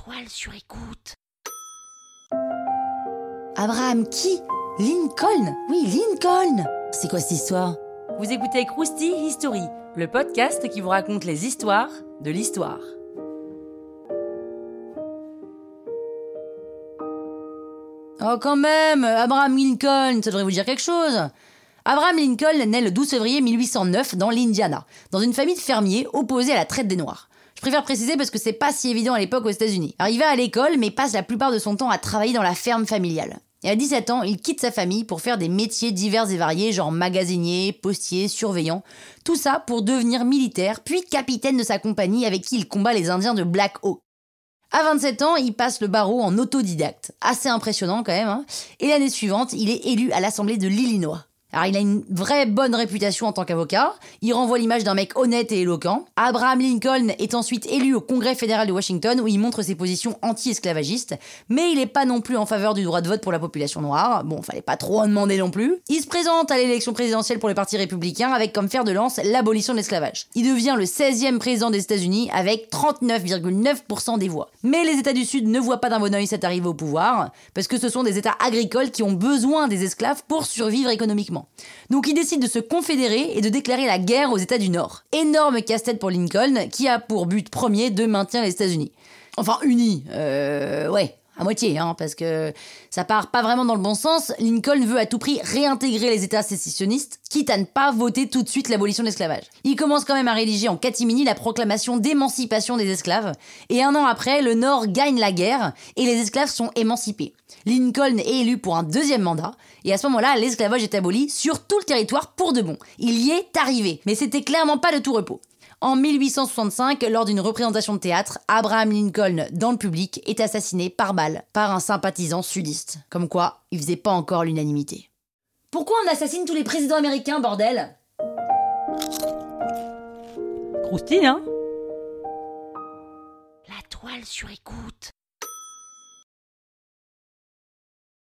toile sur écoute. Abraham qui ? Lincoln ? Oui, Lincoln ! C'est quoi cette histoire ? Vous écoutez Krusty History, le podcast qui vous raconte les histoires de l'histoire. Oh quand même, Abraham Lincoln, ça devrait vous dire quelque chose. Abraham Lincoln naît le 12 février 1809 dans l'Indiana, dans une famille de fermiers opposés à la traite des Noirs. Je préfère préciser parce que c'est pas si évident à l'époque aux États-Unis. Alors il va à l'école mais passe la plupart de son temps à travailler dans la ferme familiale. Et à 17 ans, il quitte sa famille pour faire des métiers divers et variés, genre magasinier, postier, surveillant. Tout ça pour devenir militaire, puis capitaine de sa compagnie avec qui il combat les Indiens de Black Hawk. À 27 ans, il passe le barreau en autodidacte. Assez impressionnant quand même, hein. Et l'année suivante, il est élu à l'Assemblée de l'Illinois. Alors il a une vraie bonne réputation en tant qu'avocat, il renvoie l'image d'un mec honnête et éloquent. Abraham Lincoln est ensuite élu au Congrès fédéral de Washington où il montre ses positions anti-esclavagistes, mais il est pas non plus en faveur du droit de vote pour la population noire, bon fallait pas trop en demander non plus. Il se présente à l'élection présidentielle pour le parti républicain avec comme fer de lance l'abolition de l'esclavage. Il devient le 16e président des États-Unis avec 39,9% des voix. Mais les États du Sud ne voient pas d'un bon oeil cette arrivée au pouvoir, parce que ce sont des États agricoles qui ont besoin des esclaves pour survivre économiquement. Donc il décide de se confédérer et de déclarer la guerre aux États du Nord. Énorme casse-tête pour Lincoln, qui a pour but premier de maintenir les États-Unis. Enfin, unis, à moitié, parce que ça part pas vraiment dans le bon sens. Lincoln veut à tout prix réintégrer les États sécessionnistes, quitte à ne pas voter tout de suite l'abolition de l'esclavage. Il commence quand même à rédiger en catimini la proclamation d'émancipation des esclaves, et un an après, le Nord gagne la guerre, et les esclaves sont émancipés. Lincoln est élu pour un deuxième mandat, et à ce moment-là, l'esclavage est aboli sur tout le territoire pour de bon. Il y est arrivé, mais c'était clairement pas de tout repos. En 1865, lors d'une représentation de théâtre, Abraham Lincoln, dans le public, est assassiné par balle par un sympathisant sudiste. Comme quoi, il faisait pas encore l'unanimité. Pourquoi on assassine tous les présidents américains, bordel ? Krusty, hein ? La toile sur écoute.